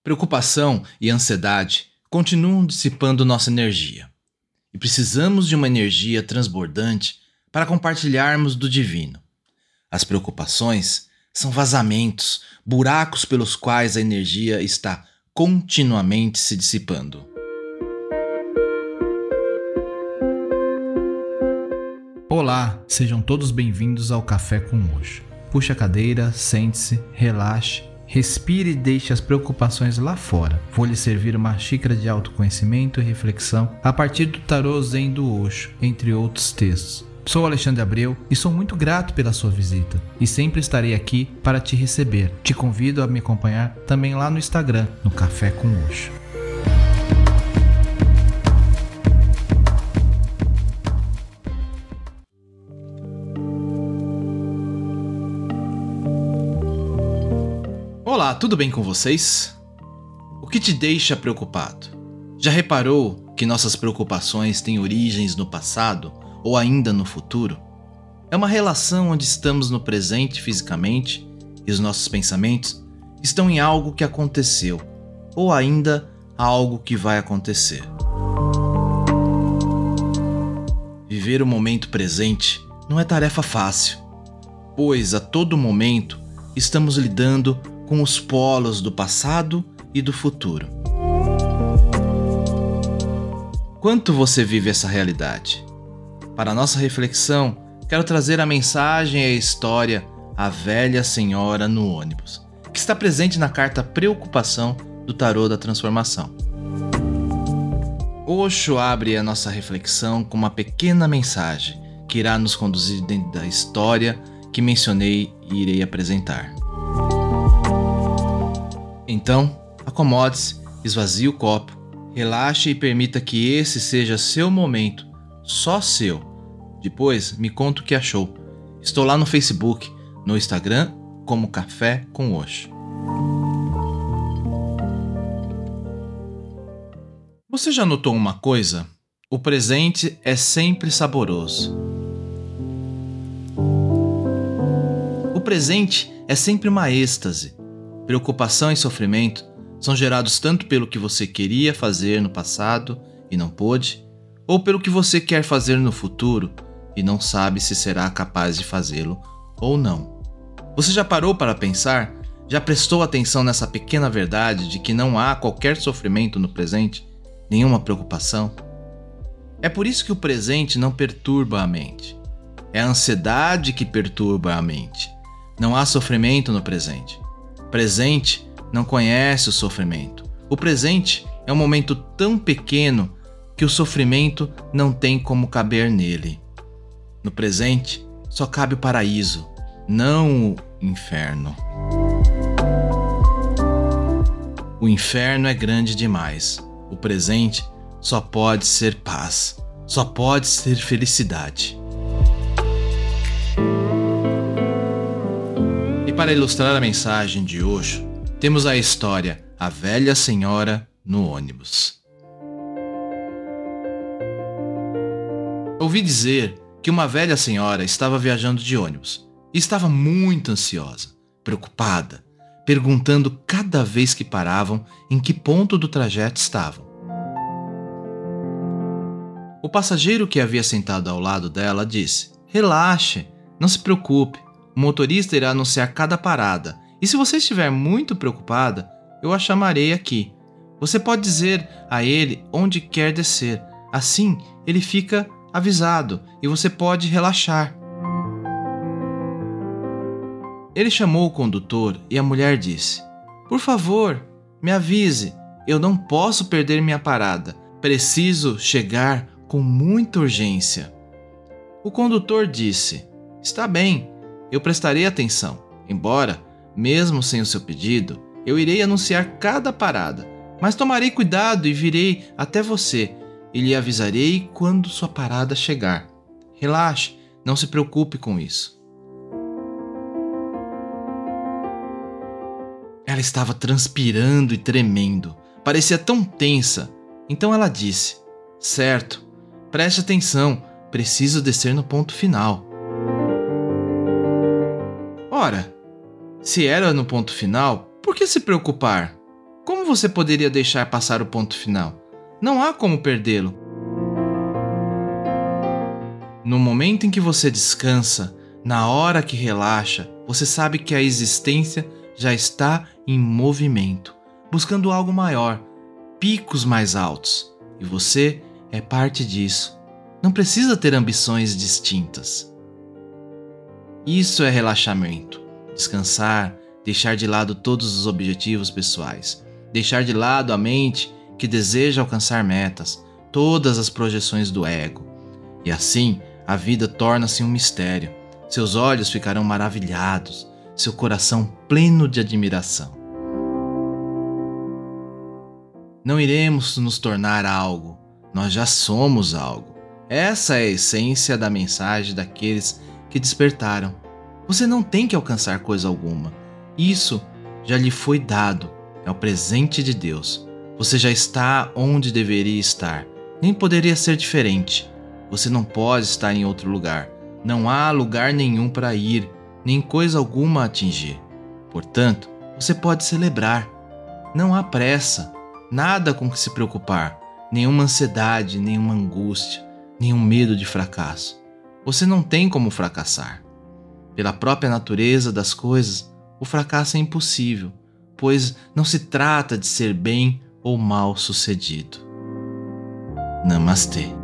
Preocupação e ansiedade continuam dissipando nossa energia. E precisamos de uma energia transbordante para compartilharmos do divino. As preocupações são vazamentos, buracos pelos quais a energia está continuamente se dissipando. Olá, sejam todos bem-vindos ao Café com Osho. Puxe a cadeira, sente-se, relaxe, respire e deixe as preocupações lá fora. Vou lhe servir uma xícara de autoconhecimento e reflexão a partir do Tarô Zen do Osho, entre outros textos. Sou Alexandre Abreu e sou muito grato pela sua visita e sempre estarei aqui para te receber. Te convido a me acompanhar também lá no Instagram, no Café com Osho. Olá, tudo bem com vocês? O que te deixa preocupado? Já reparou que nossas preocupações têm origens no passado ou ainda no futuro? É uma relação onde estamos no presente fisicamente e os nossos pensamentos estão em algo que aconteceu ou ainda algo que vai acontecer. Viver o momento presente não é tarefa fácil, pois a todo momento estamos lidando com os polos do passado e do futuro. Quanto você vive essa realidade? Para a nossa reflexão, quero trazer a mensagem e a história A Velha Senhora no Ônibus, que está presente na carta Preocupação do Tarô da Transformação. Osho abre a nossa reflexão com uma pequena mensagem que irá nos conduzir dentro da história que mencionei e irei apresentar. Então, acomode-se, esvazie o copo, relaxe e permita que esse seja seu momento, só seu. Depois, me conta o que achou. Estou lá no Facebook, no Instagram, como Café com Osho. Você já notou uma coisa? O presente é sempre saboroso. O presente é sempre uma êxtase. Preocupação e sofrimento são gerados tanto pelo que você queria fazer no passado e não pôde, ou pelo que você quer fazer no futuro e não sabe se será capaz de fazê-lo ou não. Você já parou para pensar? Já prestou atenção nessa pequena verdade de que não há qualquer sofrimento no presente, nenhuma preocupação? É por isso que o presente não perturba a mente. É a ansiedade que perturba a mente. Não há sofrimento no presente. O presente não conhece o sofrimento. O presente é um momento tão pequeno que o sofrimento não tem como caber nele. No presente só cabe o paraíso, não o inferno. O inferno é grande demais. O presente só pode ser paz, só pode ser felicidade. E para ilustrar a mensagem de Osho, temos a história A Velha Senhora no Ônibus. Ouvi dizer que uma velha senhora estava viajando de ônibus e estava muito ansiosa, preocupada, perguntando cada vez que paravam em que ponto do trajeto estavam. O passageiro que havia sentado ao lado dela disse: "Relaxe, não se preocupe. O motorista irá anunciar cada parada, e se você estiver muito preocupada, eu a chamarei aqui. Você pode dizer a ele onde quer descer, assim ele fica avisado e você pode relaxar." Ele chamou o condutor e a mulher disse: "Por favor, me avise, eu não posso perder minha parada, preciso chegar com muita urgência." O condutor disse: "Está bem, eu prestarei atenção. Embora, mesmo sem o seu pedido, eu irei anunciar cada parada, mas tomarei cuidado e virei até você e lhe avisarei quando sua parada chegar. Relaxe, não se preocupe com isso." Ela estava transpirando e tremendo, parecia tão tensa. Então ela disse: "Certo, preste atenção, preciso descer no ponto final." Ora, se era no ponto final, por que se preocupar? Como você poderia deixar passar o ponto final? Não há como perdê-lo. No momento em que você descansa, na hora que relaxa, você sabe que a existência já está em movimento, buscando algo maior, picos mais altos, e você é parte disso. Não precisa ter ambições distintas. Isso é relaxamento. Descansar, deixar de lado todos os objetivos pessoais, deixar de lado a mente que deseja alcançar metas, todas as projeções do ego. E assim, a vida torna-se um mistério. Seus olhos ficarão maravilhados, seu coração pleno de admiração. Não iremos nos tornar algo, nós já somos algo. Essa é a essência da mensagem daqueles que despertaram. Você não tem que alcançar coisa alguma. Isso já lhe foi dado, é o presente de Deus. Você já está onde deveria estar, nem poderia ser diferente. Você não pode estar em outro lugar. Não há lugar nenhum para ir, nem coisa alguma a atingir. Portanto, você pode celebrar. Não há pressa, nada com que se preocupar, nenhuma ansiedade, nenhuma angústia, nenhum medo de fracasso. Você não tem como fracassar. Pela própria natureza das coisas, o fracasso é impossível, pois não se trata de ser bem ou mal sucedido. Namastê.